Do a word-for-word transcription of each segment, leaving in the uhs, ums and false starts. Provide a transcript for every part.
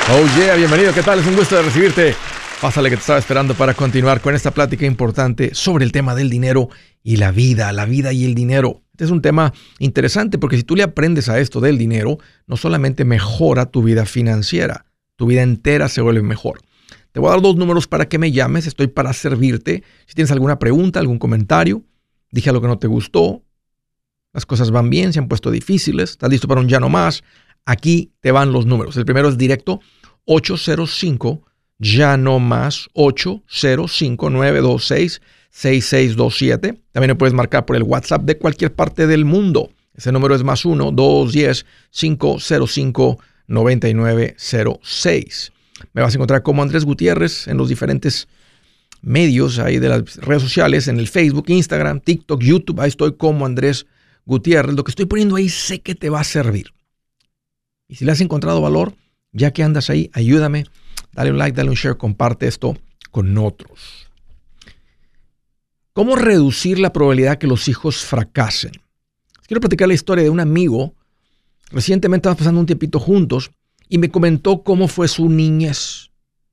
Oh yeah, bienvenido, ¿qué tal? Es un gusto de recibirte. Pásale que te estaba esperando para continuar con esta plática importante sobre el tema del dinero y la vida, la vida y el dinero. Este es un tema interesante porque si tú le aprendes a esto del dinero, no solamente mejora tu vida financiera, tu vida entera se vuelve mejor. Te voy a dar dos números para que me llames, estoy para servirte. Si tienes alguna pregunta, algún comentario, dije algo que no te gustó, las cosas van bien, se han puesto difíciles, estás listo para un ya no más, aquí te van los números. El primero es directo, ocho cero cinco, ya no más, ocho cero cinco, nueve dos seis, seis seis dos siete. También me puedes marcar por el WhatsApp de cualquier parte del mundo. Ese número es más uno, dos uno cero, cinco cero cinco, nueve nueve cero seis. Me vas a encontrar como Andrés Gutiérrez en los diferentes medios ahí de las redes sociales, en el Facebook, Instagram, TikTok, YouTube. Ahí estoy como Andrés Gutiérrez. Lo que estoy poniendo ahí sé que te va a servir. Y si le has encontrado valor, ya que andas ahí, ayúdame, dale un like, dale un share, comparte esto con otros. ¿Cómo reducir la probabilidad que los hijos fracasen? Quiero platicar la historia de un amigo. Recientemente estábamos pasando un tiempito juntos y me comentó cómo fue su niñez.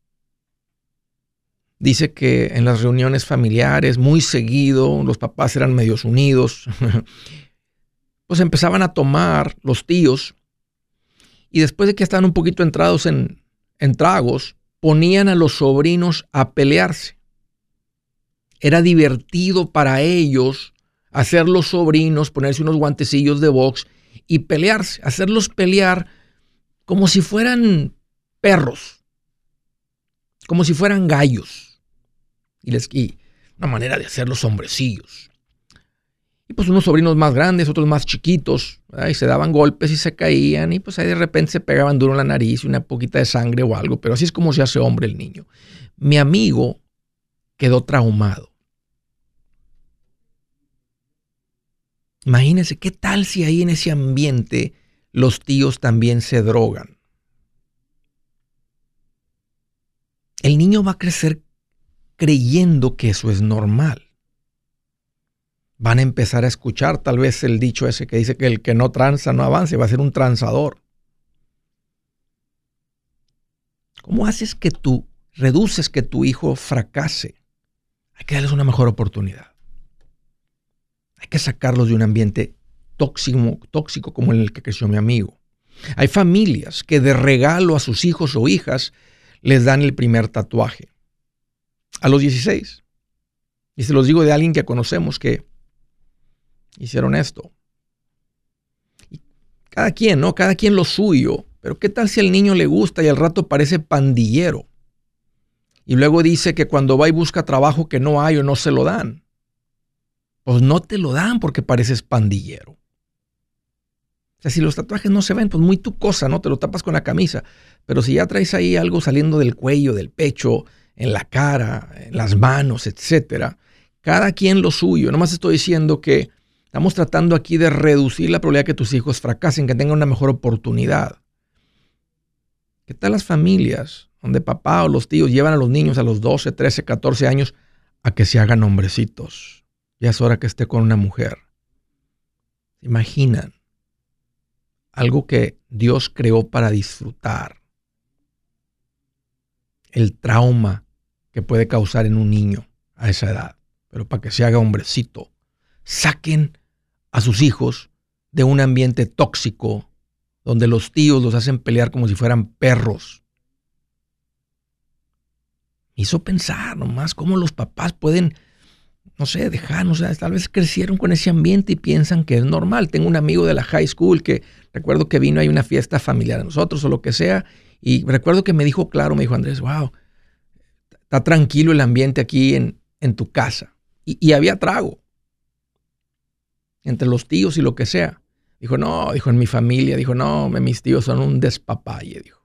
Dice que en las reuniones familiares, muy seguido, los papás eran medios unidos. Pues empezaban a tomar los tíos y después de que estaban un poquito entrados en, en tragos, ponían a los sobrinos a pelearse. Era divertido para ellos hacer los sobrinos, ponerse unos guantecillos de box y pelearse, hacerlos pelear como si fueran perros, como si fueran gallos. Y, les, y una manera de hacerlos hombrecillos. Y pues unos sobrinos más grandes, otros más chiquitos, ¿verdad? Y se daban golpes y se caían y pues ahí de repente se pegaban duro en la nariz y una poquita de sangre o algo, pero así es como se hace hombre el niño. Mi amigo quedó traumado. Imagínense, ¿qué tal si ahí en ese ambiente los tíos también se drogan? El niño va a crecer creyendo que eso es normal. Van a empezar a escuchar tal vez el dicho ese que dice que el que no tranza no avance, va a ser un transador. ¿Cómo haces que tú reduces que tu hijo fracase? Hay que darles una mejor oportunidad. Hay que sacarlos de un ambiente tóxico, tóxico como el que creció mi amigo. Hay familias que de regalo a sus hijos o hijas les dan el primer tatuaje. A los dieciséis. Y se los digo de alguien que conocemos que hicieron esto. Y cada quien, ¿no? Cada quien lo suyo. Pero ¿qué tal si al niño le gusta y al rato parece pandillero? Y luego dice que cuando va y busca trabajo que no hay o no se lo dan. Pues no te lo dan porque pareces pandillero. O sea, si los tatuajes no se ven, pues muy tu cosa, ¿no? Te lo tapas con la camisa. Pero si ya traes ahí algo saliendo del cuello, del pecho, en la cara, en las manos, etcétera, cada quien lo suyo. Nomás estoy diciendo que estamos tratando aquí de reducir la probabilidad que tus hijos fracasen, que tengan una mejor oportunidad. ¿Qué tal las familias donde papá o los tíos llevan a los niños a los doce, trece, catorce años a que se hagan hombrecitos? Ya es hora que esté con una mujer. ¿Se imaginan? Algo que Dios creó para disfrutar. El trauma que puede causar en un niño a esa edad. Pero para que se haga hombrecito, saquen a sus hijos de un ambiente tóxico donde los tíos los hacen pelear como si fueran perros. Me hizo pensar nomás cómo los papás pueden, no sé, dejar, o sea, tal vez crecieron con ese ambiente y piensan que es normal. Tengo un amigo de la high school que recuerdo que vino a una fiesta familiar de nosotros o lo que sea, y recuerdo que me dijo claro, me dijo Andrés, wow, está tranquilo el ambiente aquí en, en tu casa. Y, y había trago entre los tíos y lo que sea. Dijo, no, dijo, en mi familia, dijo, no, mis tíos son un despapalle, dijo.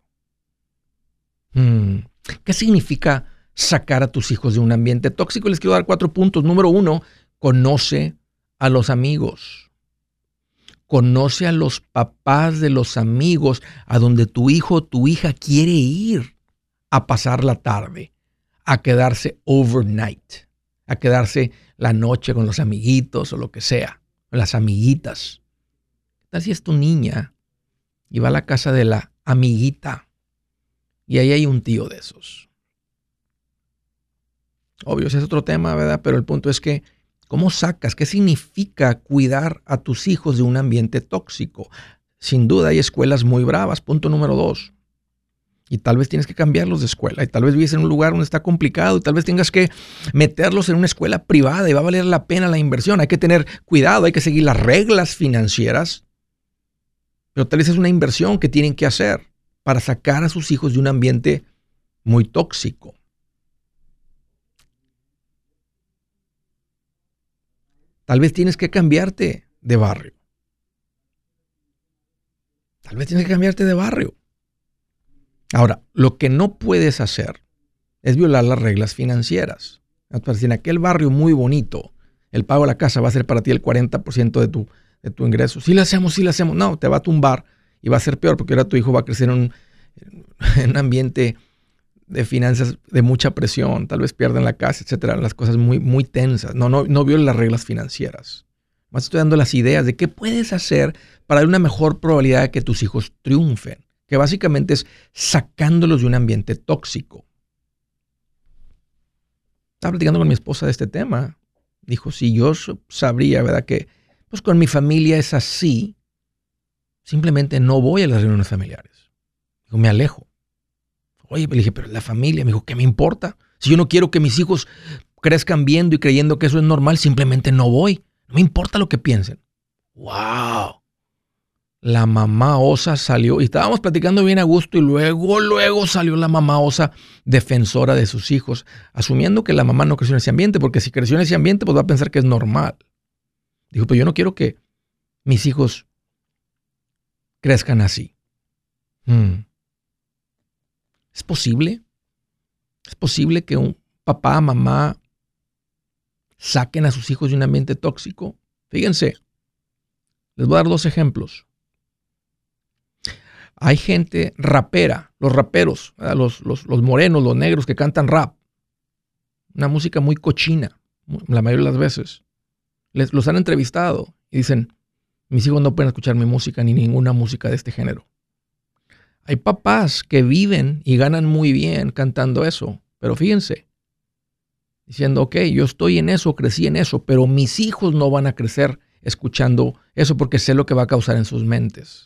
Hmm. ¿Qué significa sacar a tus hijos de un ambiente tóxico? Les quiero dar cuatro puntos. Número uno, conoce a los amigos. Conoce a los papás de los amigos a donde tu hijo o tu hija quiere ir a pasar la tarde, a quedarse overnight, a quedarse la noche con los amiguitos o lo que sea, las amiguitas. ¿Qué tal si es tu niña y va a la casa de la amiguita Y ahí hay un tío de esos. Obvio, ese es otro tema, ¿verdad? Pero el punto es que, ¿cómo sacas? ¿Qué significa cuidar a tus hijos de un ambiente tóxico? Sin duda hay escuelas muy bravas, punto número dos. Y tal vez tienes que cambiarlos de escuela. Y tal vez vives en un lugar donde está complicado. Y tal vez tengas que meterlos en una escuela privada y va a valer la pena la inversión. Hay que tener cuidado, hay que seguir las reglas financieras. Pero tal vez es una inversión que tienen que hacer para sacar a sus hijos de un ambiente muy tóxico. Tal vez tienes que cambiarte de barrio. Tal vez tienes que cambiarte de barrio. Ahora, lo que no puedes hacer es violar las reglas financieras. Si en aquel barrio muy bonito, el pago de la casa va a ser para ti el cuarenta por ciento de tu, de tu ingreso. Si lo hacemos, si lo hacemos. No, te va a tumbar y va a ser peor porque ahora tu hijo va a crecer en un, en un ambiente de finanzas de mucha presión. Tal vez pierdan la casa, etcétera. Las cosas muy, muy tensas. No, no, no violes las reglas financieras. Más estoy dando las ideas de qué puedes hacer para dar una mejor probabilidad de que tus hijos triunfen. Que básicamente es sacándolos de un ambiente tóxico. Estaba platicando con mi esposa de este tema. Dijo, si yo sabría, ¿verdad? Que pues con mi familia es así, simplemente no voy a las reuniones familiares. Dijo, me alejo. Oye, le dije, pero la familia, me dijo, ¿qué me importa? Si yo no quiero que mis hijos crezcan viendo y creyendo que eso es normal, simplemente no voy. No me importa lo que piensen. ¡Wow! La mamá osa salió, y estábamos platicando bien a gusto, y luego, luego salió la mamá osa defensora de sus hijos, asumiendo que la mamá no creció en ese ambiente, porque si creció en ese ambiente, pues va a pensar que es normal. Dijo, pero yo no quiero que mis hijos crezcan así. Hmm. ¿Es posible? ¿Es posible que un papá, mamá saquen a sus hijos de un ambiente tóxico? Fíjense, les voy a dar dos ejemplos. Hay gente rapera, los raperos, los, los, los morenos, los negros que cantan rap. Una música muy cochina, la mayoría de las veces. Les, los han entrevistado y dicen, mis hijos no pueden escuchar mi música ni ninguna música de este género. Hay papás que viven y ganan muy bien cantando eso, pero fíjense, diciendo, ok, yo estoy en eso, crecí en eso, pero mis hijos no van a crecer escuchando eso porque sé lo que va a causar en sus mentes.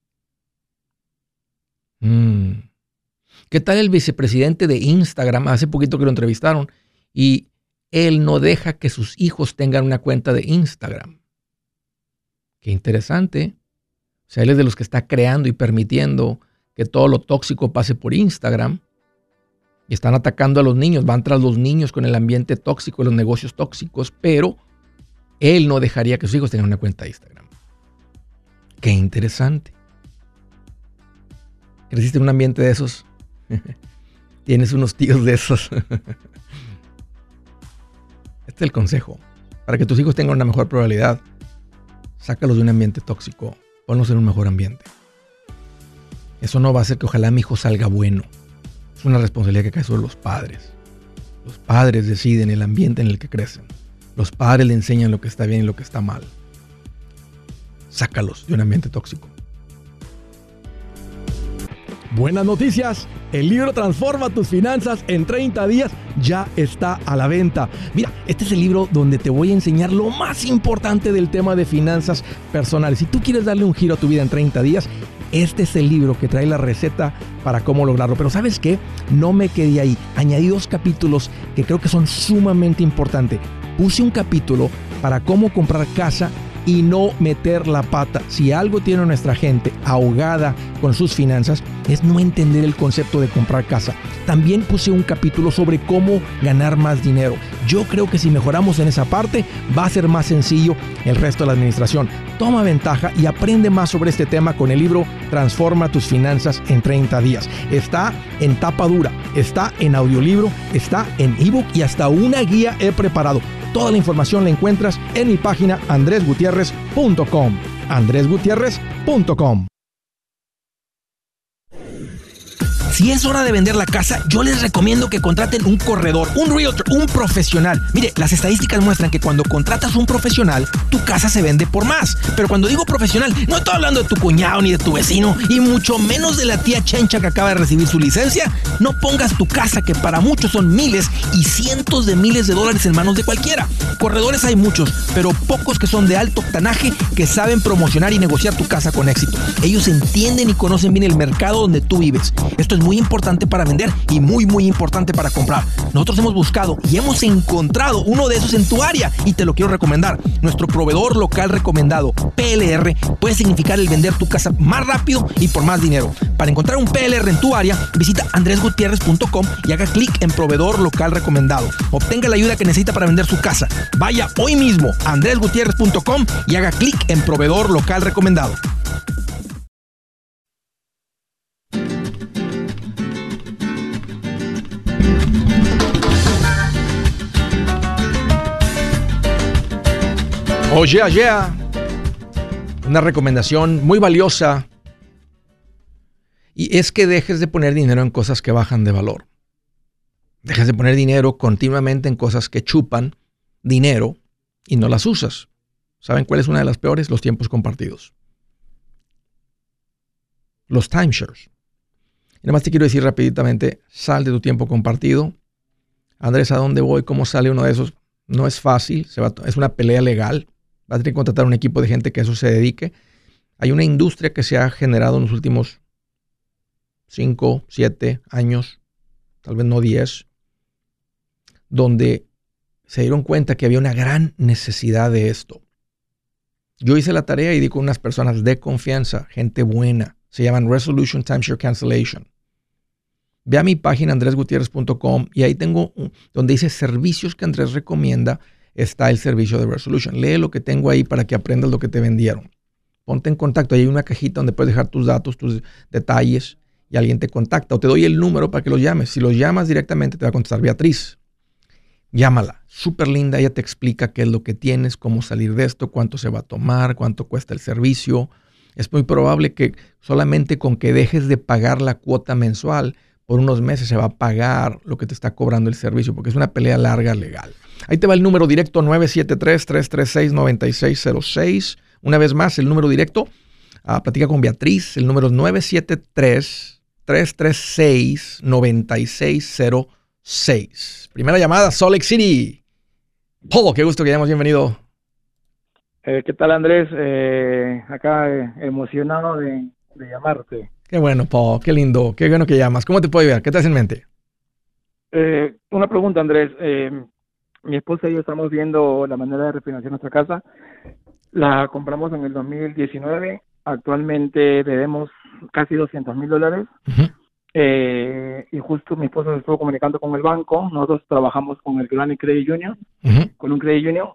Mm. ¿Qué tal el vicepresidente de Instagram? Hace poquito que lo entrevistaron y él no deja que sus hijos tengan una cuenta de Instagram. Qué interesante. O sea, él es de los que está creando y permitiendo que todo lo tóxico pase por Instagram. Y están atacando a los niños, van tras los niños con el ambiente tóxico y los negocios tóxicos, pero él no dejaría que sus hijos tengan una cuenta de Instagram. Qué interesante. ¿Creciste en un ambiente de esos? ¿Tienes unos tíos de esos? Este es el consejo. Para que tus hijos tengan una mejor probabilidad, sácalos de un ambiente tóxico, ponlos en un mejor ambiente. Eso no va a hacer que ojalá mi hijo salga bueno. Es una responsabilidad que cae sobre los padres. Los padres deciden el ambiente en el que crecen. Los padres le enseñan lo que está bien y lo que está mal. Sácalos de un ambiente tóxico. Buenas noticias, el libro Transforma tus finanzas en treinta días ya está a la venta. Mira, este es el libro donde te voy a enseñar lo más importante del tema de finanzas personales. Si tú quieres darle un giro a tu vida en treinta días, este es el libro que trae la receta para cómo lograrlo. Pero ¿sabes qué? No me quedé ahí. Añadí dos capítulos que creo que son sumamente importantes. Puse un capítulo para cómo comprar casa y no meter la pata. Si algo tiene a nuestra gente ahogada con sus finanzas, es no entender el concepto de comprar casa. También puse un capítulo sobre cómo ganar más dinero. Yo creo que si mejoramos en esa parte, va a ser más sencillo el resto de la administración. Toma ventaja y aprende más sobre este tema con el libro Transforma tus finanzas en treinta días. Está en tapa dura, está en audiolibro, está en ebook y hasta una guía he preparado. Toda la información la encuentras en mi página andres gutierrez punto com. andres gutierrez punto com. Si es hora de vender la casa, yo les recomiendo que contraten un corredor, un realtor, un profesional. Mire, las estadísticas muestran que cuando contratas un profesional, tu casa se vende por más. Pero cuando digo profesional, no estoy hablando de tu cuñado ni de tu vecino, y mucho menos de la tía Chencha que acaba de recibir su licencia. No pongas tu casa, que para muchos son miles y cientos de miles de dólares, en manos de cualquiera. Corredores hay muchos, pero pocos que son de alto octanaje, que saben promocionar y negociar tu casa con éxito. Ellos entienden y conocen bien el mercado donde tú vives. Esto es muy importante para vender y muy muy importante para comprar. Nosotros hemos buscado y hemos encontrado uno de esos en tu área y te lo quiero recomendar. Nuestro proveedor local recomendado, P L R, puede significar el vender tu casa más rápido y por más dinero. Para encontrar un P L R en tu área, visita andres gutierrez punto com y haga clic en proveedor local recomendado. Obtenga la ayuda que necesita para vender su casa. Vaya hoy mismo a andres gutierrez punto com y haga clic en proveedor local recomendado. Oh, yeah, yeah. Una recomendación muy valiosa. Y es que dejes de poner dinero en cosas que bajan de valor. Dejes de poner dinero continuamente en cosas que chupan dinero y no las usas. ¿Saben cuál es una de las peores? Los tiempos compartidos. Los timeshares. Y nada más te quiero decir rapiditamente, sal de tu tiempo compartido. Andrés, ¿a dónde voy? ¿Cómo sale uno de esos? No es fácil, se va, es una pelea legal. Vas a tener que contratar un equipo de gente que a eso se dedique. Hay una industria que se ha generado en los últimos cinco, siete años, tal vez no diez, donde se dieron cuenta que había una gran necesidad de esto. Yo hice la tarea y di con unas personas de confianza, gente buena. Se llaman Resolution Timeshare Cancellation. Ve a mi página andres gutierrez punto com y ahí tengo un, donde dice servicios que Andrés recomienda, está el servicio de Resolution. Lee lo que tengo ahí para que aprendas lo que te vendieron. Ponte en contacto. Ahí hay una cajita donde puedes dejar tus datos, tus detalles y alguien te contacta. O te doy el número para que los llames. Si los llamas directamente te va a contestar Beatriz. Llámala. Súper linda. Ella te explica qué es lo que tienes, cómo salir de esto, cuánto se va a tomar, cuánto cuesta el servicio. Es muy probable que solamente con que dejes de pagar la cuota mensual, por unos meses se va a pagar lo que te está cobrando el servicio, porque es una pelea larga legal. Ahí te va el número directo nueve siete tres, tres tres seis, nueve seis cero seis. Una vez más, el número directo. Uh, platica con Beatriz. El número es nueve siete tres, tres tres seis, nueve seis cero seis. Primera llamada, Salt Lake City. Polo, qué gusto que hayamos bienvenido. Eh, ¿Qué tal, Andrés? Eh, acá eh, emocionado de, de llamarte. Qué bueno, Paul, qué lindo, qué bueno que llamas. ¿Cómo te puedo ayudar? ¿Qué te hace en mente? Eh, una pregunta, Andrés. Eh, mi esposa y yo estamos viendo la manera de refinanciar nuestra casa. La compramos en el dos mil diecinueve. Actualmente debemos casi doscientos mil dólares. Uh-huh. Eh, y justo mi esposa se estuvo comunicando con el banco. Nosotros trabajamos con el Granite Credit Union, uh-huh. con un Credit Union.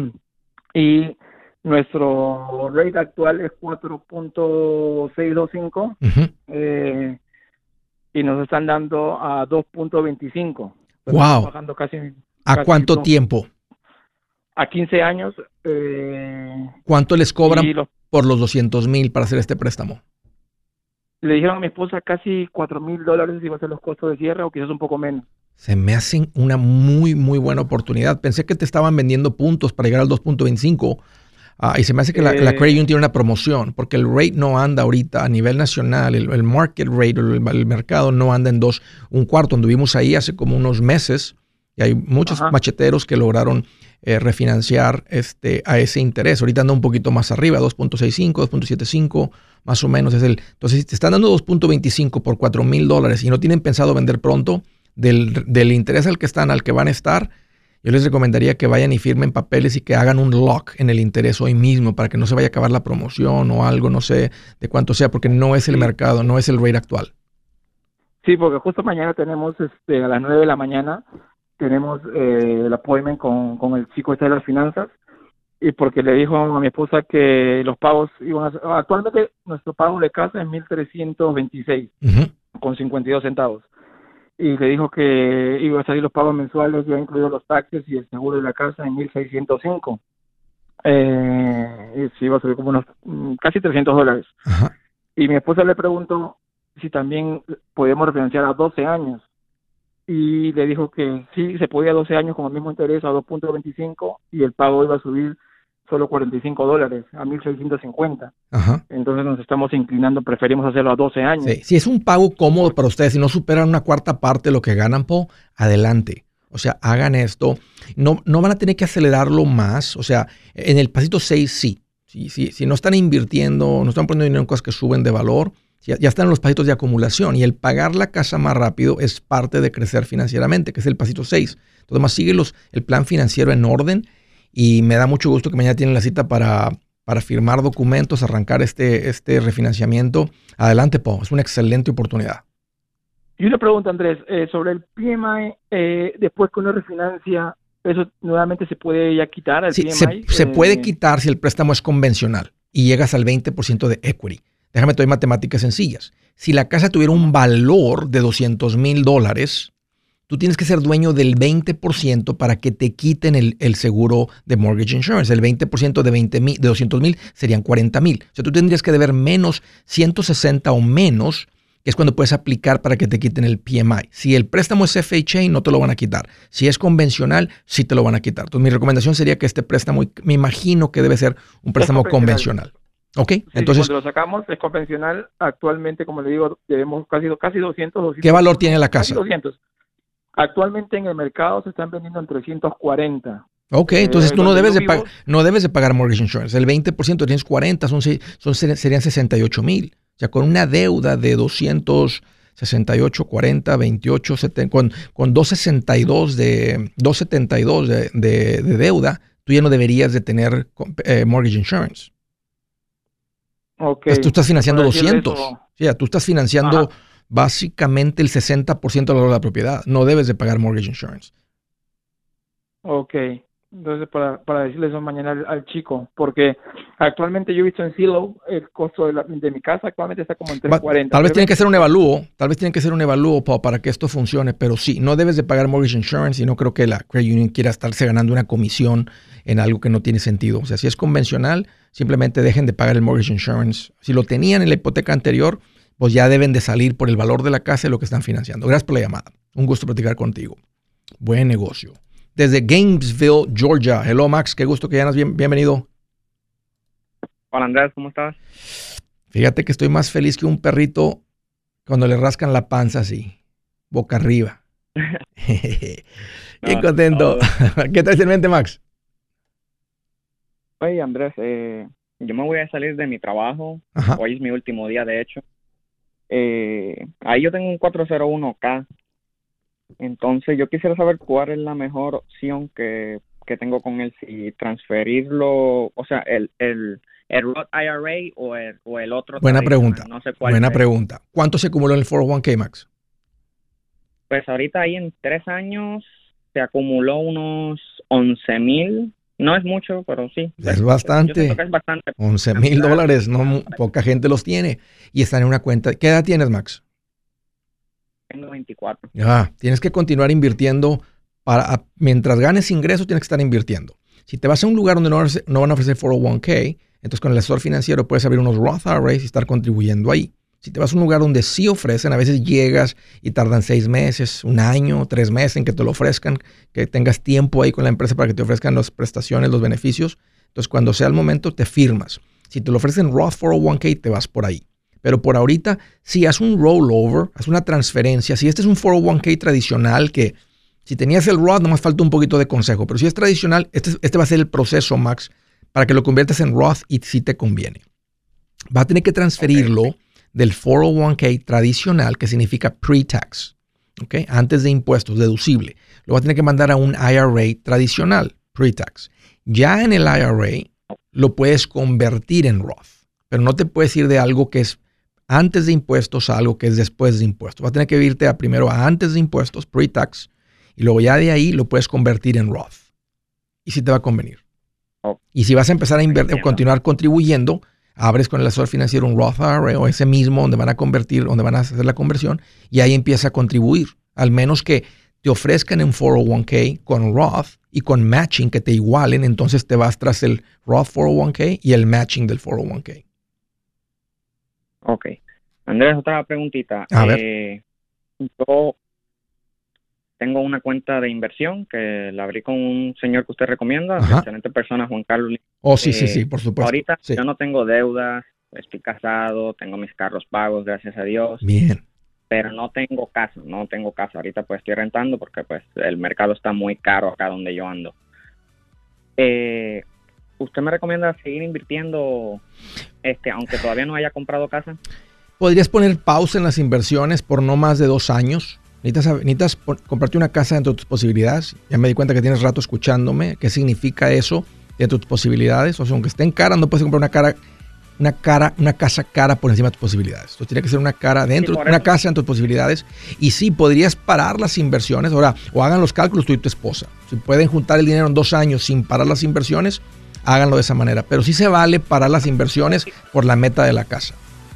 Y nuestro rate actual es cuatro punto seiscientos veinticinco, uh-huh. eh, y nos están dando a dos punto veinticinco. Wow. Bajando casi, ¿A casi cuánto dos, tiempo? A quince años. Eh, ¿Cuánto les cobran los, por los doscientos mil para hacer este préstamo? Le dijeron a mi esposa casi cuatro mil dólares iban a ser los costos de cierre, o quizás un poco menos. Se me hacen una muy, muy buena oportunidad. Pensé que te estaban vendiendo puntos para llegar al dos punto veinticinco. Uh, y se me hace que la, eh, la Credit Union tiene una promoción, porque el rate no anda ahorita a nivel nacional, el, el market rate, el, el mercado no anda en dos, un cuarto. Anduvimos ahí hace como unos meses y hay muchos Ajá. macheteros que lograron eh, refinanciar este, a ese interés. Ahorita anda un poquito más arriba, dos punto sesenta y cinco, dos punto setenta y cinco, más o menos es el. Entonces, si te están dando dos punto veinticinco por cuatro mil dólares y no tienen pensado vender pronto, del, del interés al que están, al que van a estar, yo les recomendaría que vayan y firmen papeles y que hagan un lock en el interés hoy mismo para que no se vaya a acabar la promoción o algo, no sé de cuánto sea, porque no es el sí. mercado, no es el rate actual. Sí, porque justo mañana tenemos este, a las nueve de la mañana, tenemos eh, el appointment con, con el chico este de las finanzas, y porque le dijo a mi esposa que los pagos iban a ser, actualmente nuestro pago de casa es mil trescientos veintiséis uh-huh. con cincuenta y dos centavos. Y le dijo que iba a salir los pagos mensuales, ya incluidos los taxes y el seguro de la casa, en mil seiscientos cinco. Eh, y sí, iba a salir como unos casi trescientos dólares. Ajá. Y mi esposa le preguntó si también podemos refinanciar a doce años. Y le dijo que sí, se podía a doce años con el mismo interés a dos punto veinticinco y el pago iba a subir solo cuarenta y cinco dólares a mil seiscientos cincuenta. Ajá. Entonces nos estamos inclinando, preferimos hacerlo a doce años. Sí. Si es un pago cómodo para ustedes, si no superan una cuarta parte de lo que ganan, po, adelante. O sea, hagan esto. No, no van a tener que acelerarlo más. O sea, en el pasito seis sí. Si, si, si no están invirtiendo, no están poniendo dinero en cosas que suben de valor, ya, ya están en los pasitos de acumulación. Y el pagar la casa más rápido es parte de crecer financieramente, que es el pasito seis. Entonces, más sigue los, el plan financiero en orden. Y me da mucho gusto que mañana tienen la cita para, para firmar documentos, arrancar este, este refinanciamiento. Adelante, Po. Es una excelente oportunidad. Y una pregunta, Andrés, eh, sobre el P M I, eh, después que uno refinancia, ¿eso nuevamente se puede ya quitar el Sí, P M I? se, se eh, puede quitar si el préstamo es convencional y llegas al veinte por ciento de equity. Déjame te doy matemáticas sencillas. Si la casa tuviera un valor de doscientos mil dólares, tú tienes que ser dueño del veinte por ciento para que te quiten el, el seguro de mortgage insurance. El veinte por ciento de, veinte mil, de doscientos mil serían cuarenta mil. O sea, tú tendrías que deber menos ciento sesenta o menos, que es cuando puedes aplicar para que te quiten el P M I. Si el préstamo es F H A, no te lo van a quitar. Si es convencional, sí te lo van a quitar. Entonces, mi recomendación sería que este préstamo, me imagino que debe ser un préstamo convencional. ¿Ok? Sí, entonces, cuando lo sacamos es convencional. Actualmente, como le digo, debemos casi, casi doscientos, doscientos. ¿qué valor tiene la Casi casa? doscientos. Actualmente en el mercado se están vendiendo en trescientos cuarenta. Ok, Eh, entonces tú no donde debes, yo de pa- vivo- no debes de pagar mortgage insurance. El veinte por ciento tienes cuarenta, son, se- son, serían sesenta y ocho mil. O sea, con una deuda de doscientos sesenta y ocho, cuarenta, veintiocho, setenta, con, con doscientos sesenta y dos de, doscientos setenta y dos de, de, de deuda, tú ya no deberías de tener eh, mortgage insurance. Ok. Entonces, tú estás financiando Por decirle doscientos. eso- O sea, tú estás financiando Ajá. básicamente el sesenta por ciento del valor de la propiedad. No debes de pagar mortgage insurance. Ok. Entonces, para, para decirle eso mañana al, al chico, porque actualmente yo he visto en Zillow el costo de, la, de mi casa actualmente está como en Va- trescientos cuarenta. Tal vez tiene que ser un trescientos veinte. evalúo, tal vez tiene que ser un evalúo pa- para que esto funcione, pero sí, no debes de pagar mortgage insurance y no creo que la credit union quiera estarse ganando una comisión en algo que no tiene sentido. O sea, si es convencional, simplemente dejen de pagar el mortgage insurance. Si lo tenían en la hipoteca anterior, pues ya deben de salir por el valor de la casa y lo que están financiando. Gracias por la llamada. Un gusto platicar contigo. Buen negocio. Desde Gainesville, Georgia. Hello, Max. Qué gusto que llamas. Bien, bienvenido. Hola Andrés, ¿cómo estás? Fíjate que estoy más feliz que un perrito cuando le rascan la panza así, boca arriba. Bien No, contento. no. ¿Qué traes en mente, Max? Oye Andrés, eh, yo me voy a salir de mi trabajo. Ajá. Hoy es mi último día, de hecho. Eh, ahí yo tengo un cuatro cero uno K. Entonces yo quisiera saber cuál es la mejor opción que, que tengo con él. Si transferirlo, o sea, el, el, el Roth I R A o el, o el otro. Buena tradicional. pregunta. No sé cuál Buena es. pregunta. ¿Cuánto se acumuló en el cuatro oh uno K, Max? Pues ahorita ahí en tres años se acumuló unos once mil. No es mucho, pero sí. Es Yo bastante. siento que es bastante. once mil dólares. No, mu- poca gente los tiene. Y están en una cuenta. ¿Qué edad tienes, Max? Tengo veinticuatro. Ya, tienes que continuar invirtiendo. Para, a- mientras ganes ingresos, tienes que estar invirtiendo. Si te vas a un lugar donde no, van a ofrecer- no van a ofrecer cuatro oh uno K, entonces con el asesor financiero puedes abrir unos Roth I R As y estar contribuyendo ahí. Si te vas a un lugar donde sí ofrecen, a veces llegas y tardan seis meses, un año, tres meses en que te lo ofrezcan, que tengas tiempo ahí con la empresa para que te ofrezcan las prestaciones, los beneficios. Entonces, cuando sea el momento, te firmas. Si te lo ofrecen Roth cuatro oh uno K, te vas por ahí. Pero por ahorita, si haz un rollover, haz una transferencia. Si este es un cuatro oh uno K tradicional, que si tenías el Roth, nomás falta un poquito de consejo. Pero si es tradicional, este, este va a ser el proceso, Max, para que lo conviertas en Roth y si te conviene. Va a tener que transferirlo Ok. del cuatro oh uno K tradicional, que significa pre-tax, ¿ok? Antes de impuestos, deducible. Lo va a tener que mandar a un I R A tradicional, pre-tax. Ya en el I R A lo puedes convertir en Roth, pero no te puedes ir de algo que es antes de impuestos a algo que es después de impuestos. Va a tener que irte a primero a antes de impuestos, pre-tax, y luego ya de ahí lo puedes convertir en Roth. Y si te va a convenir. Ok. Y si vas a empezar a invertir o Entiendo. continuar contribuyendo, abres con el asesor financiero un Roth I R A o ese mismo donde van a convertir, donde van a hacer la conversión, y ahí empieza a contribuir. Al menos que te ofrezcan un cuatro oh uno K con Roth y con matching que te igualen, entonces te vas tras el Roth cuatro oh uno K y el matching del cuatro oh uno K. Ok. Andrés, otra preguntita. A ver. Eh, yo tengo una cuenta de inversión que la abrí con un señor que usted recomienda, Ajá. excelente persona, Juan Carlos. Oh, sí, sí, Eh, sí, por supuesto. Ahorita Sí. yo no tengo deudas, estoy casado, tengo mis carros pagos, gracias a Dios, Bien. pero no tengo casa, no tengo casa. Ahorita pues estoy rentando porque pues el mercado está muy caro acá donde yo ando. Eh, ¿Usted me recomienda seguir invirtiendo, este, aunque todavía no haya comprado casa? Podrías poner pausa en las inversiones por no más de dos años. Necesitas, necesitas pon- comprarte una casa dentro de tus posibilidades. Ya me di cuenta que tienes rato escuchándome. ¿Qué significa eso dentro de tus posibilidades? O sea, aunque estén caras, no puedes comprar una cara, una cara, una casa cara por encima de tus posibilidades. Entonces tiene que ser una cara dentro, Sí, por una eso. casa dentro de tus posibilidades. Y sí, podrías parar las inversiones. Ahora, o hagan los cálculos tú y tu esposa. Si pueden juntar el dinero en dos años sin parar las inversiones, háganlo de esa manera. Pero sí se vale parar las inversiones por la meta de la casa.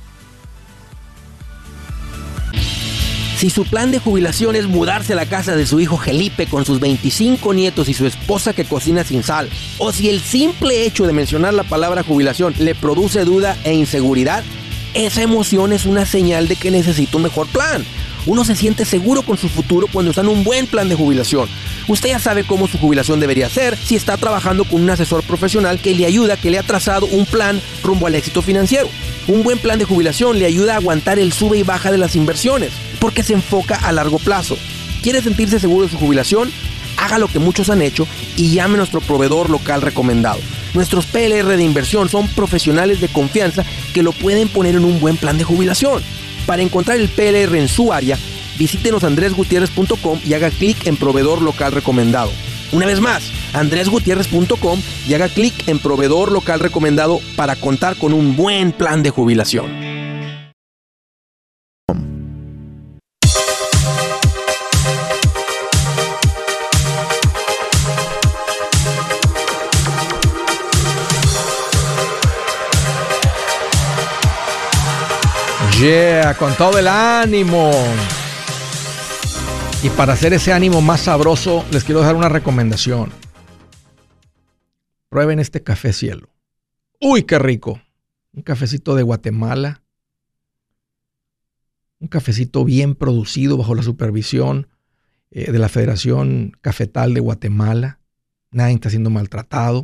Si su plan de jubilación es mudarse a la casa de su hijo Felipe con sus veinticinco nietos y su esposa que cocina sin sal, o si el simple hecho de mencionar la palabra jubilación le produce duda e inseguridad, esa emoción es una señal de que necesita un mejor plan. Uno se siente seguro con su futuro cuando está en un buen plan de jubilación. Usted ya sabe cómo su jubilación debería ser si está trabajando con un asesor profesional que le ayuda, que le ha trazado un plan rumbo al éxito financiero. Un buen plan de jubilación le ayuda a aguantar el sube y baja de las inversiones, porque se enfoca a largo plazo. ¿Quiere sentirse seguro de su jubilación? Haga lo que muchos han hecho y llame a nuestro proveedor local recomendado. Nuestros P L R de inversión son profesionales de confianza que lo pueden poner en un buen plan de jubilación. Para encontrar el P L R en su área, visítenos andres gutierrez punto com y haga clic en proveedor local recomendado. Una vez más, andres gutierrez punto com y haga clic en proveedor local recomendado para contar con un buen plan de jubilación. Yeah, con todo el ánimo. Y para hacer ese ánimo más sabroso, les quiero dar una recomendación. Prueben este café Cielo. ¡Uy, qué rico! Un cafecito de Guatemala. Un cafecito bien producido bajo la supervisión eh, de la Federación Cafetal de Guatemala. Nadie está siendo maltratado.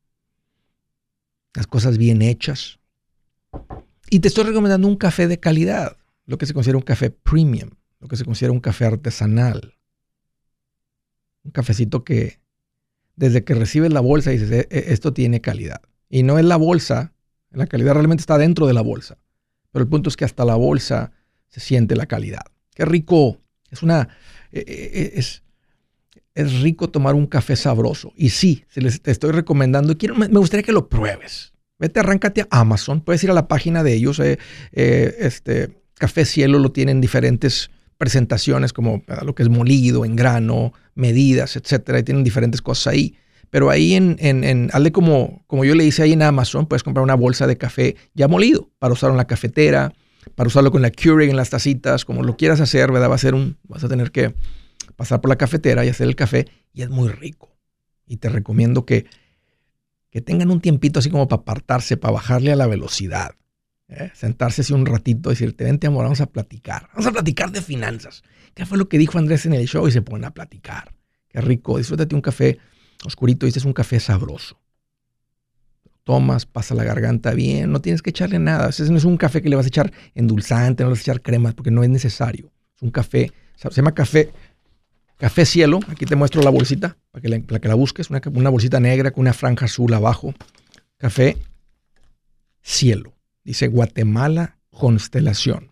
Las cosas bien hechas. Y te estoy recomendando un café de calidad, lo que se considera un café premium, lo que se considera un café artesanal. Un cafecito que desde que recibes la bolsa dices, e- e- esto tiene calidad. Y no es la bolsa, la calidad realmente está dentro de la bolsa. Pero el punto es que hasta la bolsa se siente la calidad. Qué rico, es una, es, es rico tomar un café sabroso. Y sí, se les, te estoy recomendando, y quiero, me gustaría que lo pruebes. Vete, arráncate a Amazon, puedes ir a la página de ellos. Eh, eh, este Café Cielo lo tienen diferentes presentaciones, como lo que es molido, en grano, medidas, etcétera. Y tienen diferentes cosas ahí. Pero ahí en, en, en hazle como, como yo le hice ahí en Amazon, puedes comprar una bolsa de café ya molido para usarlo en la cafetera, para usarlo con la Keurig en las tacitas, como lo quieras hacer, ¿verdad? Va a ser un, vas a tener que pasar por la cafetera y hacer el café, y es muy rico. Y te recomiendo que que tengan un tiempito así como para apartarse, para bajarle a la velocidad. ¿eh? Sentarse así un ratito y decirte, vente amor, vamos a platicar. Vamos a platicar de finanzas. ¿Qué fue lo que dijo Andrés en el show? Y se ponen a platicar. Qué rico. Disfrútate un café oscurito y este es un café sabroso. Tomas, pasa la garganta bien, no tienes que echarle nada. Ese no es un café que le vas a echar endulzante, no le vas a echar cremas, porque no es necesario. Es un café, se llama café... Café Cielo, aquí te muestro la bolsita para que la, para que la busques, una, una bolsita negra con una franja azul abajo. Café Cielo, dice Guatemala Constelación.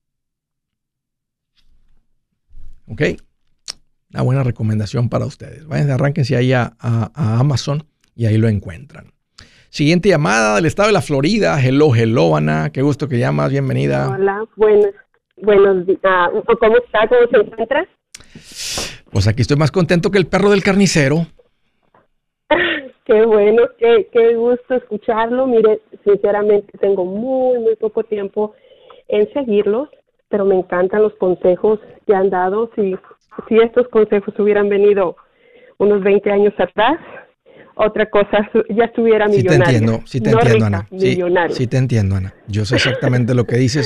¿Ok? Una buena recomendación para ustedes. Vayan, arránquense ahí a, a, a Amazon y ahí lo encuentran. Siguiente llamada del estado de la Florida. Hello, hello, Ana. Qué gusto que llamas. Bienvenida. Hola, buenos, buenos días. ¿Cómo está? ¿Cómo se encuentra? Pues aquí estoy más contento que el perro del carnicero. Qué bueno, qué, qué gusto escucharlo. Mire, sinceramente tengo muy, muy poco tiempo en seguirlos, pero me encantan los consejos que han dado. Si, si estos consejos hubieran venido unos veinte años atrás, otra cosa, ya estuviera millonaria. Sí te entiendo, sí te no entiendo, rica, Ana. Sí, millonaria. sí te entiendo, Ana. Yo sé exactamente lo que dices.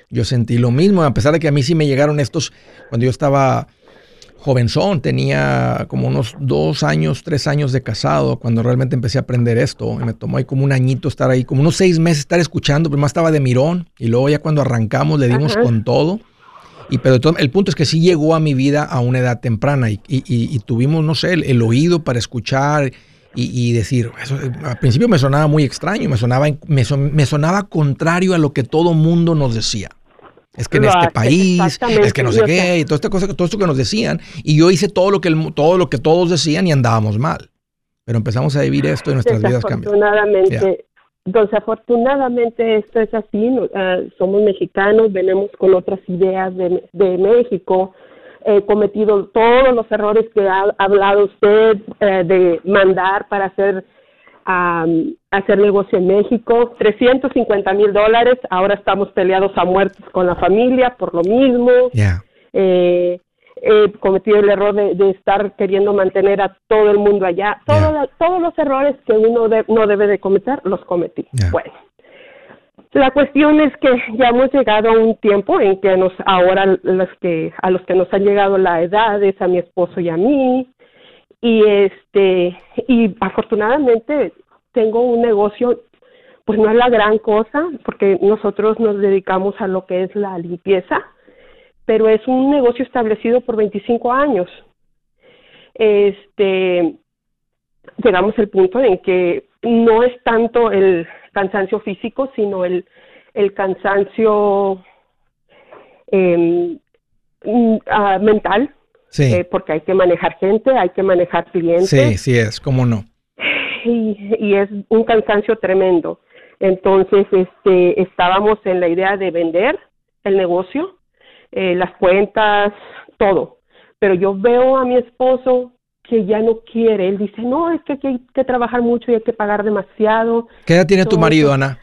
yo sentí lo mismo, a pesar de que a mí sí me llegaron estos, cuando yo estaba jovenzón, tenía como unos dos años, tres años de casado, cuando realmente empecé a aprender esto. Y me tomó ahí como un añito estar ahí, como unos seis meses estar escuchando, primero estaba de mirón y luego ya cuando arrancamos le dimos Ajá. con todo. Y pero todo, el punto es que sí llegó a mi vida a una edad temprana y, y, y, y tuvimos, no sé, el, el oído para escuchar y, y decir, eso, al principio me sonaba muy extraño, me sonaba, me, son, me sonaba contrario a lo que todo mundo nos decía. Es que en este país, es que no sé qué, y toda esta cosa, todo esto que nos decían, y yo hice todo lo que el, todo lo que todos decían y andábamos mal. Pero empezamos a vivir esto y nuestras vidas cambian. Desafortunadamente, yeah. desafortunadamente esto es así. Uh, somos mexicanos, venimos con otras ideas de, de México. He cometido todos los errores que ha hablado usted uh, de mandar para hacer Um, hacer negocio en México, trescientos cincuenta mil dólares, ahora estamos peleados a muertos con la familia por lo mismo. Yeah. Eh, he cometido el error de, de estar queriendo mantener a todo el mundo allá. Todo, yeah. Todos los errores que uno de, no debe de cometer, los cometí. Yeah. Bueno, la cuestión es que ya hemos llegado a un tiempo en que nos ahora los que a los que nos ha llegado la edad es a mi esposo y a mí. Y este y afortunadamente tengo un negocio, pues no es la gran cosa, porque nosotros nos dedicamos a lo que es la limpieza, pero es un negocio establecido por veinticinco años. Este llegamos al punto en que no es tanto el cansancio físico, sino el el cansancio eh, uh, mental. Sí. Eh, porque hay que manejar gente, hay que manejar clientes. Sí, sí es, cómo no. Y, y es un cansancio tremendo. Entonces, este, estábamos en la idea de vender el negocio, eh, las cuentas, todo. Pero yo veo a mi esposo que ya no quiere. Él dice, no, es que hay que, hay que trabajar mucho y hay que pagar demasiado. ¿Qué edad tiene tu marido, Ana?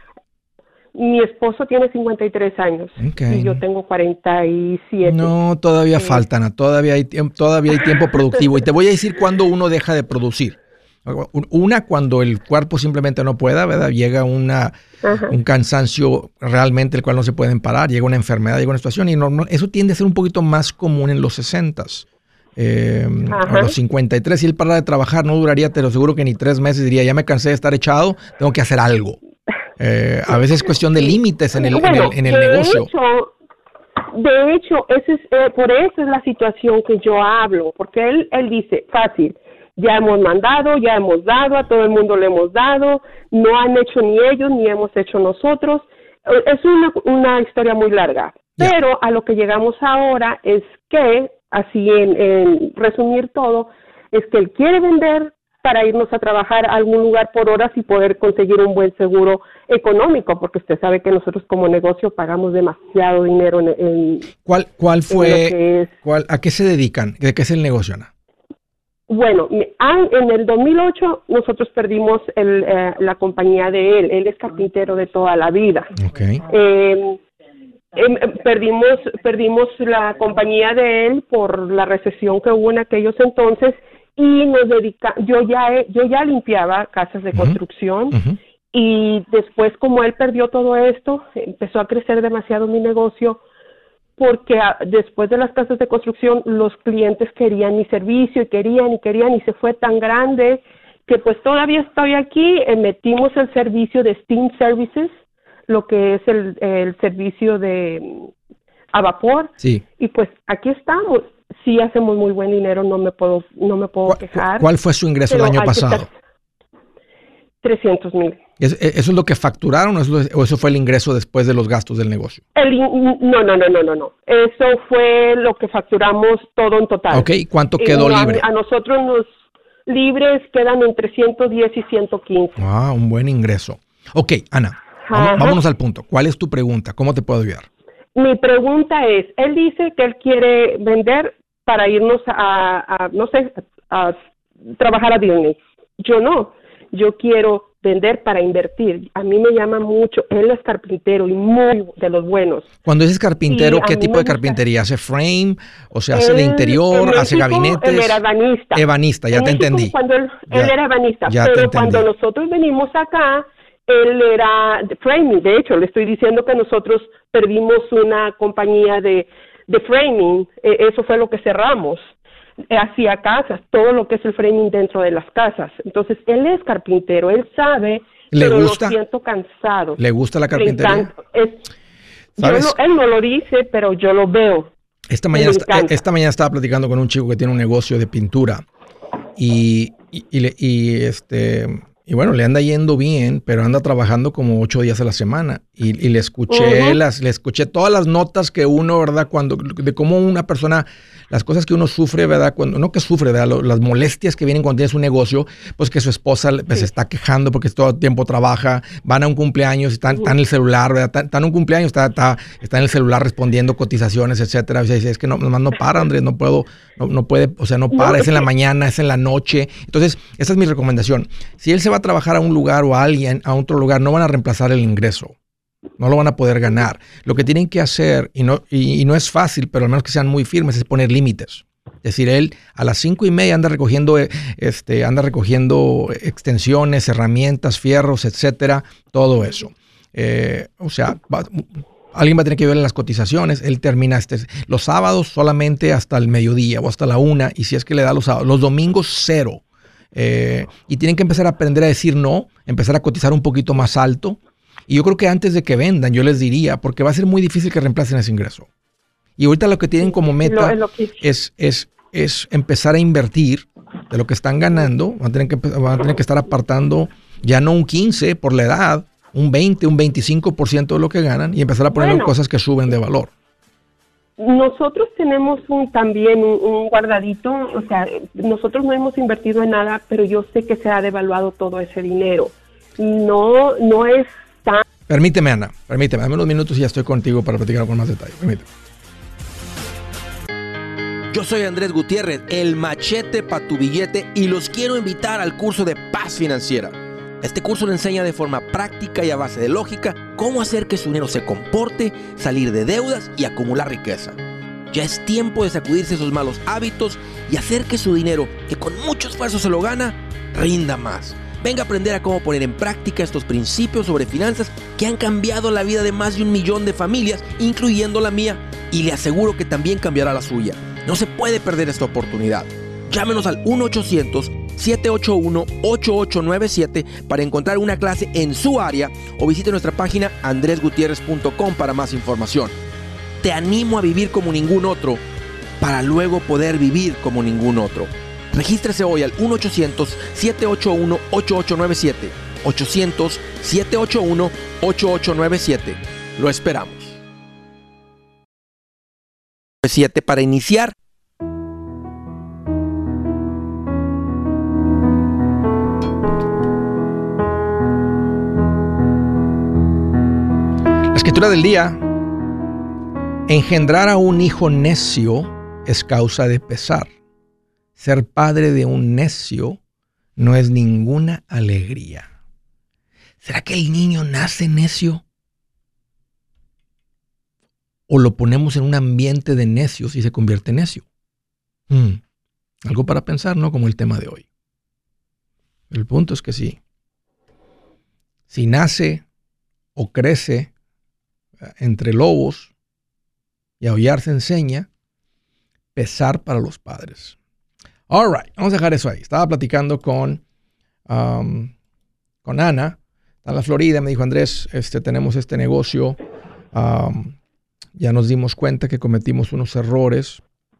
Mi esposo tiene cincuenta y tres años okay. y yo tengo cuarenta y siete. No, todavía sí. falta, Ana. Todavía hay, todavía hay tiempo productivo. Y te voy a decir cuándo uno deja de producir. Una, cuando el cuerpo simplemente no pueda, ¿verdad? Llega una, un cansancio realmente el cual no se pueden parar, llega una enfermedad, llega una situación. Y no, no, eso tiende a ser un poquito más común en los sesentas. Eh, a los cincuenta y tres, si él parara de trabajar, no duraría, te lo seguro que ni tres meses, diría, ya me cansé de estar echado, tengo que hacer algo. Eh, a veces es cuestión de límites en el, bueno, en el, en el de negocio. Hecho, de hecho, ese es, eh, por eso es la situación que yo hablo, porque él, él dice, fácil, ya hemos mandado, ya hemos dado, a todo el mundo le hemos dado, no han hecho ni ellos, ni hemos hecho nosotros. Es una, una historia muy larga, yeah. Pero a lo que llegamos ahora es que, así en, en resumir todo, es que él quiere vender para irnos a trabajar a algún lugar por horas y poder conseguir un buen seguro económico, porque usted sabe que nosotros como negocio pagamos demasiado dinero en... en ¿Cuál, cuál fue, es, cuál, a qué se dedican? ¿De qué es el negocio, Ana? Bueno, en el dos mil ocho nosotros perdimos el, eh, la compañía de él, él es carpintero de toda la vida. Okay. Eh, eh, perdimos, perdimos la compañía de él por la recesión que hubo en aquellos entonces, y nos dedica, yo ya yo ya limpiaba casas de uh-huh. construcción uh-huh. y después como él perdió todo esto, empezó a crecer demasiado mi negocio porque a, después de las casas de construcción los clientes querían mi servicio y querían y querían y se fue tan grande que pues todavía estoy aquí, eh, metimos el servicio de Steam Services, lo que es el, el servicio de a vapor sí. y pues aquí estamos. Sí hacemos muy buen dinero, no me puedo no me puedo quejar. ¿Cuál fue su ingreso el año pasado? trescientos mil. ¿Eso es lo que facturaron o eso, o eso fue el ingreso después de los gastos del negocio? El, no, no, no, no, no, no. Eso fue lo que facturamos todo en total. Ok, ¿cuánto quedó y libre? A, a nosotros los libres quedan entre ciento diez y ciento quince. Ah, un buen ingreso. Ok, Ana, vamos, vámonos al punto. ¿Cuál es tu pregunta? ¿Cómo te puedo ayudar? Mi pregunta es, él dice que él quiere vender para irnos a, a no sé, a, a trabajar a Disney. Yo no, yo quiero vender para invertir. A mí me llama mucho, él es carpintero y muy de los buenos. Cuando dices carpintero, ¿qué tipo de carpintería? ¿Hace frame? O sea, ¿hace él, de interior? México, ¿hace gabinetes? Él era ebanista. Ebanista, ya en te México, entendí. Cuando él, ya, él era ebanista, pero cuando nosotros venimos acá, él era de framing. De hecho, le estoy diciendo que nosotros perdimos una compañía de, de framing. Eh, eso fue lo que cerramos. Eh, hacía casas, todo lo que es el framing dentro de las casas. Entonces, él es carpintero, él sabe, ¿Le pero gusta? lo siento cansado. ¿Le gusta la Le carpintería? encanta. Es, yo ¿Sabes? no- él no lo dice, pero yo lo veo. Esta Me mañana, esta, encanta. esta mañana estaba platicando con un chico que tiene un negocio de pintura y, y, y le- y, este, y bueno, le anda yendo bien, pero anda trabajando como ocho días a la semana. Y, y le escuché Ujú. las, le escuché todas las notas que uno, ¿verdad? Cuando, de cómo una persona, las cosas que uno sufre, ¿verdad? Cuando, no que sufre, ¿verdad? Lo- las molestias que vienen cuando tienes un negocio, pues que su esposa pues, se está quejando porque todo el tiempo trabaja, van a un cumpleaños, está, está en el celular, ¿verdad? Está, está en un cumpleaños, está, está, está en el celular respondiendo cotizaciones, etcétera. O sea, dice, es que no, nomás no para, Andrés, no puedo, no, no puede, o sea, no No, para, es es en la que- mañana, es en la noche. Entonces, esa es mi recomendación. Si él se va a trabajar a un lugar o a alguien, a otro lugar, no van a reemplazar el ingreso. No lo van a poder ganar. Lo que tienen que hacer, y no, y, y no es fácil, pero al menos que sean muy firmes, es poner límites. Es decir, él a las cinco y media anda recogiendo, eh, este, anda recogiendo extensiones, herramientas, fierros, etcétera, todo eso. Eh, o sea, va- alguien va a tener que ver las cotizaciones. Él termina este, los sábados solamente hasta el mediodía o hasta la una, y si es que le da los sábados, los domingos cero. Eh, y tienen que empezar a aprender a decir no, empezar a cotizar un poquito más alto. Y yo creo que antes de que vendan, yo les diría, porque va a ser muy difícil que reemplacen ese ingreso. Y ahorita lo que tienen como Lo- meta es lo que- es, es, es empezar a invertir de lo que están ganando. Van a tener que, empe- van a tener que estar apartando ya no un quince por la edad, un veinte, un veinticinco por ciento de lo que ganan y empezar a poner Bueno. cosas que suben de valor. Nosotros tenemos un también un, un guardadito, o sea, nosotros no hemos invertido en nada, pero yo sé que se ha devaluado todo ese dinero. No, no es tan... Permíteme, Ana, permíteme, dame unos minutos y ya estoy contigo para platicar con más detalle. Permíteme. Yo soy Andrés Gutiérrez, el machete para tu billete, y los quiero invitar al curso de Paz Financiera. Este curso le enseña de forma práctica y a base de lógica cómo hacer que su dinero se comporte, salir de deudas y acumular riqueza. Ya es tiempo de sacudirse esos malos hábitos y hacer que su dinero, que con mucho esfuerzo se lo gana, rinda más. Venga a aprender a cómo poner en práctica estos principios sobre finanzas que han cambiado la vida de más de un millón de familias, incluyendo la mía, y le aseguro que también cambiará la suya. No se puede perder esta oportunidad. Llámenos al uno ochocientos, siete ocho uno, ocho ocho nueve siete para encontrar una clase en su área o visite nuestra página andres gutierrez punto com para más información. Te animo a vivir como ningún otro para luego poder vivir como ningún otro. Regístrese hoy al uno ochocientos, siete ocho uno, ocho ocho nueve siete. ochocientos, siete ocho uno, ocho ocho nueve siete. Lo esperamos. siete para iniciar. La escritura del día: engendrar a un hijo necio es causa de pesar. Ser padre de un necio no es ninguna alegría. ¿Será que el niño nace necio? ¿O lo ponemos en un ambiente de necios y se convierte en necio? Hmm. Algo para pensar, ¿no? Como el tema de hoy. El punto es que sí. Si nace o crece entre lobos y aullar se enseña, pesar para los padres. All right, vamos a dejar eso ahí. Estaba platicando con, um, con Ana, está en la Florida. Me dijo, Andrés, este, tenemos este negocio. Um, ya nos dimos cuenta que cometimos unos errores.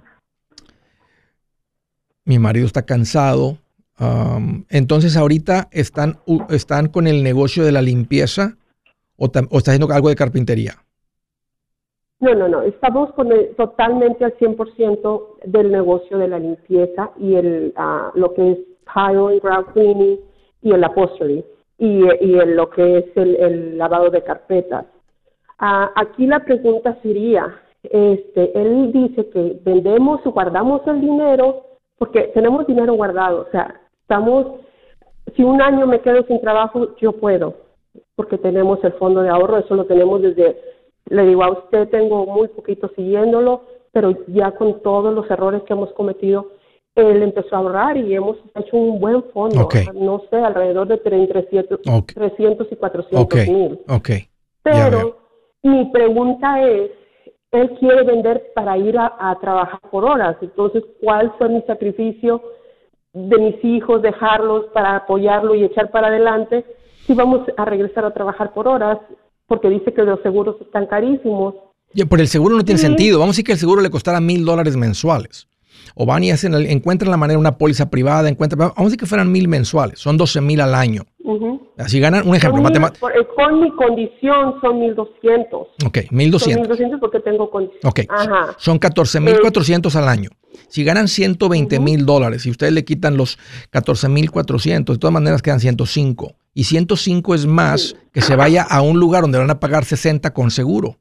Mi marido está cansado. Um, entonces, ahorita están, uh, están con el negocio de la limpieza o, tam- o está haciendo algo de carpintería. No, no, no, estamos con el- totalmente al cien por ciento del negocio de la limpieza y el ah, lo que es tile and ground cleaning y el upholstery y, y el- lo que es el, el lavado de carpetas. Ah, aquí la pregunta sería, este, él dice que vendemos o guardamos el dinero porque tenemos dinero guardado, o sea, estamos, si un año me quedo sin trabajo, yo puedo, porque tenemos el fondo de ahorro, eso lo tenemos desde, le digo a usted, tengo muy poquito siguiéndolo, pero ya con todos los errores que hemos cometido, él empezó a ahorrar y hemos hecho un buen fondo, Okay. no sé, alrededor de trescientos, Okay. trescientos y cuatrocientos Ok, mil. ok. Ya veo. Pero mi pregunta es, él quiere vender para ir a, a trabajar por horas, entonces, ¿cuál fue mi sacrificio de mis hijos, dejarlos para apoyarlo y echar para adelante si vamos a regresar a trabajar por horas? Porque dice que los seguros están carísimos. Ya, por el seguro no tiene Sí. sentido. Vamos a decir que el seguro le costara mil dólares mensuales. O van y hacen, el- encuentran la manera, una póliza privada, encuentran, vamos a decir que fueran mil mensuales, son doce mil al año. Ujú. Así ganan, un ejemplo, Son mil- matemático. por- eh, con mi condición son mil doscientos. Ok, mil Son doscientos. mil doscientos porque tengo condición. Ok, Ajá. son catorce mil cuatrocientos al año. Si ganan ciento veinte mil dólares y ustedes le quitan los catorce mil cuatrocientos, de todas maneras quedan ciento cinco. Y ciento cinco es más que se vaya a un lugar donde van a pagar sesenta con seguro.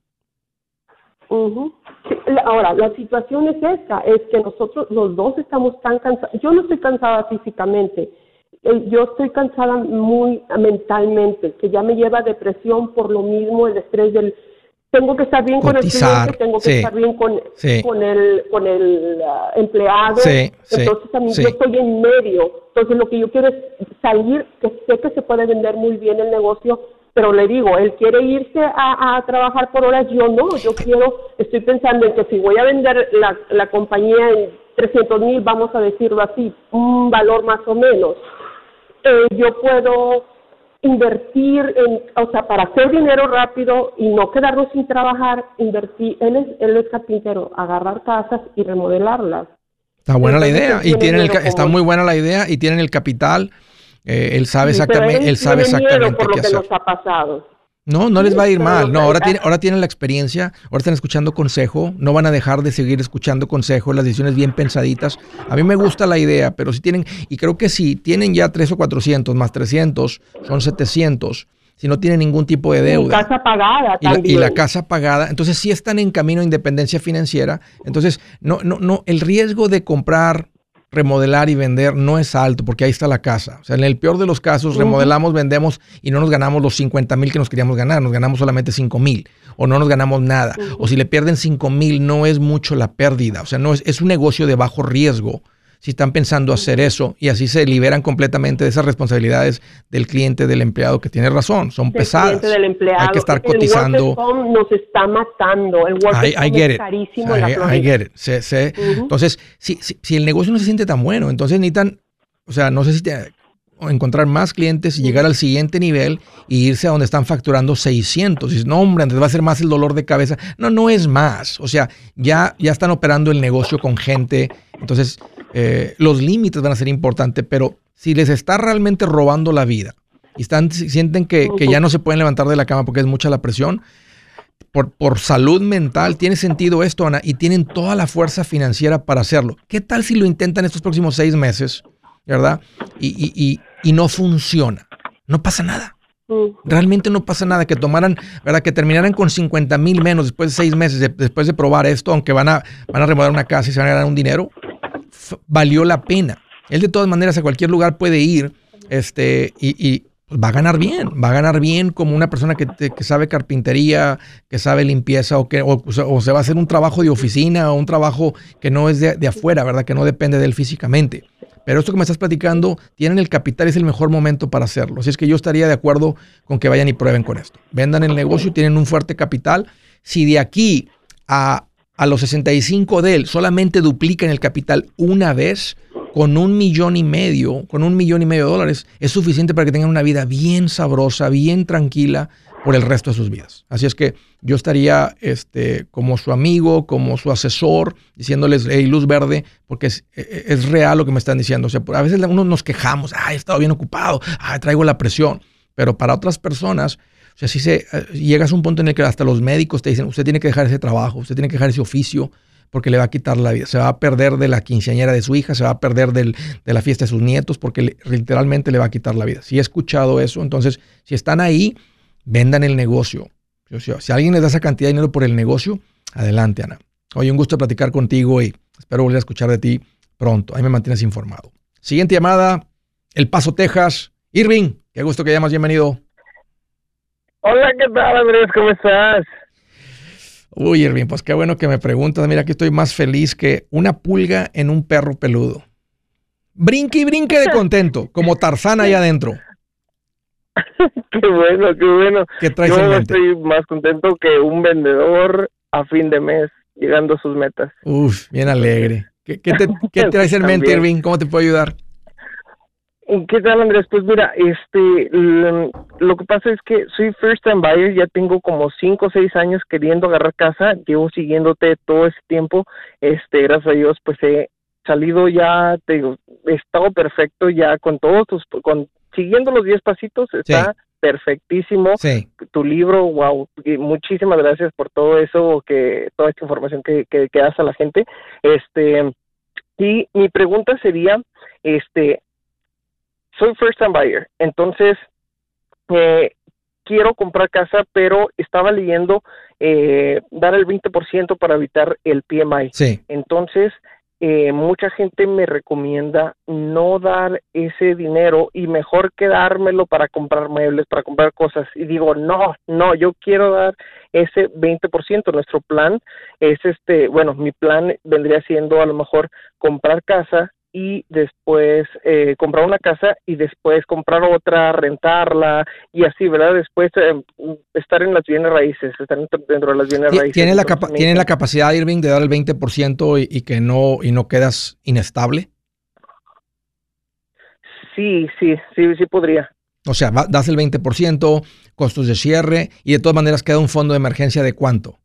Ujú. Sí, la- ahora, la situación es esta, es que nosotros los dos estamos tan cansados. Yo no estoy cansada físicamente, eh, yo estoy cansada muy mentalmente, que ya me lleva a depresión por lo mismo, el estrés del... Tengo que estar bien con el Cotizar, cliente, tengo que sí, estar bien con, sí. con el, con el ah, empleado. Sí, sí, Entonces también sí. yo estoy en medio. Entonces lo que yo quiero es salir, que sé que se puede vender muy bien el negocio, pero le digo, él quiere irse a, a trabajar por horas, yo no, yo quiero, estoy pensando en que si voy a vender la, la compañía en trescientos mil, vamos a decirlo así, un valor más o menos, eh, yo puedo invertir en, o sea, para hacer dinero rápido y no quedarnos sin trabajar, invertir, él es, él es carpintero, agarrar casas y remodelarlas. Está buena la Entonces, idea él y tiene tienen el, miedo ca- está como- muy buena la idea y tienen el capital. Eh, él sabe Sí, pero exactamente, él sabe tiene miedo exactamente por lo qué que hacer. nos ha pasado. No, no les va a ir pero mal. los- No, ahora ah, tienen, ahora tienen la experiencia, ahora están escuchando consejo, no van a dejar de seguir escuchando consejo, las decisiones bien pensaditas. A mí me gusta la idea, pero si tienen, y creo que si tienen ya tres o cuatrocientos más trescientos, son setecientos. Si no tienen ningún tipo de Mi deuda. casa pagada Y la, también. y la casa pagada, entonces sí están en camino a independencia financiera. Entonces, no, no, no, el riesgo de comprar, remodelar y vender no es alto porque ahí está la casa. O sea, en el peor de los casos, remodelamos, vendemos y no nos ganamos los cincuenta mil que nos queríamos ganar, nos ganamos solamente cinco mil o no nos ganamos nada. O si le pierden cinco mil, no es mucho la pérdida. O sea, no es, es un negocio de bajo riesgo. Si están pensando hacer eso y así se liberan completamente de esas responsabilidades del cliente, del empleado, que tiene razón, son Del pesadas. cliente, del empleado. Hay que estar El cotizando. workers' home nos está matando. El workers' I, I home get es it. carísimo en la I, I Florida. get it. Se- se- Ujú. Entonces, si, si, si el negocio no se siente tan bueno, entonces necesitan, o sea, no sé si te, o encontrar más clientes y llegar al siguiente nivel y irse a donde están facturando seiscientos. Y dices, no, hombre, antes va a ser más el dolor de cabeza. No, no es más. O sea, ya, ya están operando el negocio con gente. Entonces, eh, los límites van a ser importantes, pero si les está realmente robando la vida y están, sienten que, que ya no se pueden levantar de la cama porque es mucha la presión, por, por salud mental, tiene sentido esto, Ana, y tienen toda la fuerza financiera para hacerlo. ¿Qué tal si lo intentan estos próximos seis meses, verdad? Y, y, y, y no funciona. No pasa nada. Mm. Realmente no pasa nada. Que tomaran, ¿verdad? Que terminaran con cincuenta mil menos después de seis meses, de- después de probar esto, aunque van a, van a remodelar una casa y se van a ganar un dinero, f- valió la pena. Él de todas maneras a cualquier lugar puede ir este, y, y pues, va a ganar bien. Va a ganar bien como una persona que, te- que sabe carpintería, que sabe limpieza o que o, o se va a hacer un trabajo de oficina o un trabajo que no es de, de afuera, ¿verdad? Que no depende de él físicamente. Pero esto que me estás platicando, tienen el capital, es el mejor momento para hacerlo. Así es que yo estaría de acuerdo con que vayan y prueben con esto. Vendan el negocio, tienen un fuerte capital. Si de aquí a, a los sesenta y cinco de él solamente duplican el capital una vez, con un millón y medio, con un millón y medio de dólares, es suficiente para que tengan una vida bien sabrosa, bien tranquila por el resto de sus vidas. Así es que yo estaría este, como su amigo, como su asesor, diciéndoles, hey, luz verde, porque es, es real lo que me están diciendo. O sea, a veces uno nos quejamos, ay, he estado bien ocupado, ay, traigo la presión. Pero para otras personas, o sea, si se, uh, llegas a un punto en el que hasta los médicos te dicen, usted tiene que dejar ese trabajo, usted tiene que dejar ese oficio, porque le va a quitar la vida. Se va a perder de la quinceañera de su hija, se va a perder del, de la fiesta de sus nietos, porque le, literalmente le va a quitar la vida. Si he escuchado eso, entonces, si están ahí, vendan el negocio. O sea, si alguien les da esa cantidad de dinero por el negocio, adelante, Ana. Oye, un gusto platicar contigo y espero volver a escuchar de ti pronto. Ahí me mantienes informado. Siguiente llamada, El Paso, Texas. Irving, qué gusto que llamas, bienvenido. Hola, ¿qué tal, Andrés? ¿Cómo estás? Uy, Irving, pues qué bueno que me preguntas. Mira, aquí estoy más feliz que una pulga en un perro peludo. Brinque y brinque de contento, como Tarzán allá adentro. Qué bueno, qué bueno. ¿Qué traes Yo en mente? estoy más contento que un vendedor a fin de mes llegando a sus metas. Uf, bien alegre. ¿Qué, qué te, qué traes en mente, También. Irving? ¿Cómo te puedo ayudar? ¿Qué tal, Andrés? Pues mira, este, l- lo que pasa es que soy first time buyer, ya tengo como cinco o seis años queriendo agarrar casa, llevo siguiéndote todo ese tiempo, este, gracias a Dios, pues he salido ya, te digo, he estado perfecto ya con todos tus, con, siguiendo los diez pasitos, está Sí. perfectísimo. Sí. Tu libro, wow, y muchísimas gracias por todo eso, que toda esta información que, que, que das a la gente. Este, y mi pregunta sería, este, soy first time buyer, entonces eh, quiero comprar casa, pero estaba leyendo eh, dar el veinte por ciento para evitar el P M I. Sí. Entonces, eh, mucha gente me recomienda no dar ese dinero y mejor quedármelo para comprar muebles, para comprar cosas. Y digo, no, no, yo quiero dar ese veinte por ciento. Nuestro plan es este, bueno, mi plan vendría siendo a lo mejor comprar casa y después eh, comprar una casa y después comprar otra, rentarla y así, ¿verdad? Después eh, estar en las bienes raíces, estar dentro de las bienes Ti- raíces. ¿Tiene la, Entonces, capa- me ¿Tiene la encanta. capacidad, Irving, de dar el veinte por ciento y, y que no, y no quedas inestable? Sí, sí, sí, sí podría. O sea, va- das el veinte por ciento, costos de cierre y de todas maneras queda un fondo de emergencia de ¿cuánto?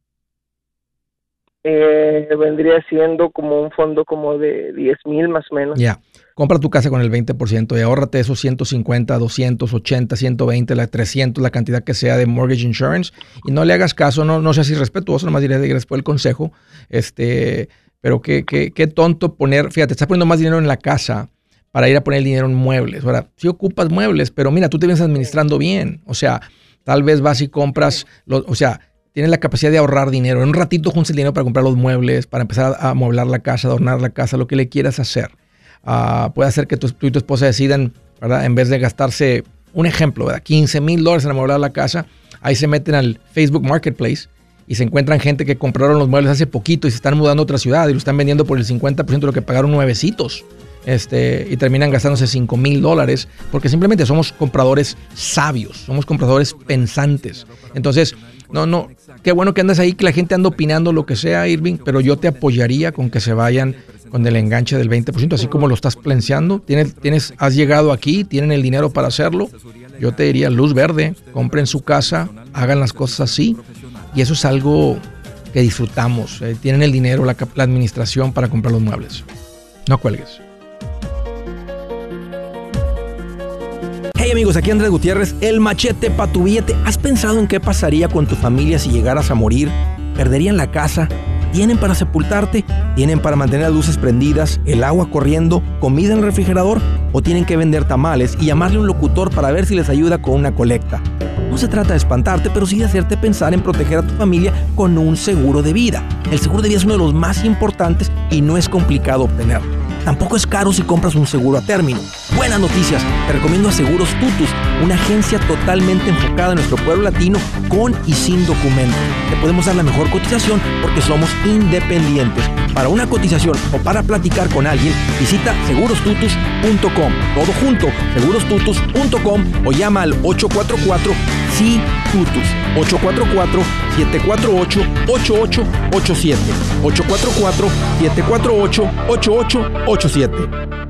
Eh, vendría siendo como un fondo como de diez mil más o menos. Ya. Compra tu casa con el veinte por ciento y ahórrate esos ciento cincuenta, doscientos ochenta, ciento veinte, la trescientos, la cantidad que sea de mortgage insurance y no le hagas caso, no, no seas irrespetuoso, nomás diré gracias por el consejo. Este, pero qué, qué, qué tonto poner, fíjate, estás poniendo más dinero en la casa para ir a poner el dinero en muebles. Ahora, sí ocupas muebles, pero mira, tú te vienes administrando bien. O sea, tal vez vas y compras, los, o sea, tienes la capacidad de ahorrar dinero. En un ratito juntas el dinero para comprar los muebles, para empezar a amueblar la casa, adornar la casa, lo que le quieras hacer. Uh, puede hacer que tu, tú y tu esposa decidan, ¿verdad? En vez de gastarse, un ejemplo, ¿verdad? quince mil dólares en amueblar la casa, ahí se meten al Facebook Marketplace y se encuentran gente que compraron los muebles hace poquito y se están mudando a otra ciudad y lo están vendiendo por el cincuenta por ciento de lo que pagaron nuevecitos. Este, y terminan gastándose cinco mil dólares porque simplemente somos compradores sabios, somos compradores pensantes. Entonces, no, no, qué bueno que andas ahí, que la gente anda opinando lo que sea, Irving, pero yo te apoyaría con que se vayan con el enganche del veinte por ciento, así como lo estás planteando. Tienes, tienes, has llegado aquí, tienen el dinero para hacerlo. Yo te diría luz verde, compren su casa, hagan las cosas así. Y eso es algo que disfrutamos. Eh, tienen el dinero, la, la administración para comprar los muebles. No cuelgues. Hey amigos, aquí Andrés Gutiérrez, el machete para tu billete. ¿Has pensado en qué pasaría con tu familia si llegaras a morir? ¿Perderían la casa? ¿Tienen para sepultarte? ¿Tienen para mantener las luces prendidas, el agua corriendo, comida en el refrigerador? ¿O tienen que vender tamales y llamarle a un locutor para ver si les ayuda con una colecta? No se trata de espantarte, pero sí de hacerte pensar en proteger a tu familia con un seguro de vida. El seguro de vida es uno de los más importantes y no es complicado obtenerlo. Tampoco es caro si compras un seguro a término. Buenas noticias, te recomiendo a Seguros Tutus, una agencia totalmente enfocada en nuestro pueblo latino con y sin documentos. Te podemos dar la mejor cotización porque somos independientes. Para una cotización o para platicar con alguien, visita seguros tutus punto com. Todo junto, seguros tutus punto com o llama al ocho cuatro cuatro S I Tutus, ocho cuatro cuatro, siete cuatro ocho, ocho ocho ocho siete, ocho cuatro cuatro, siete cuatro ocho, ocho ocho ocho siete.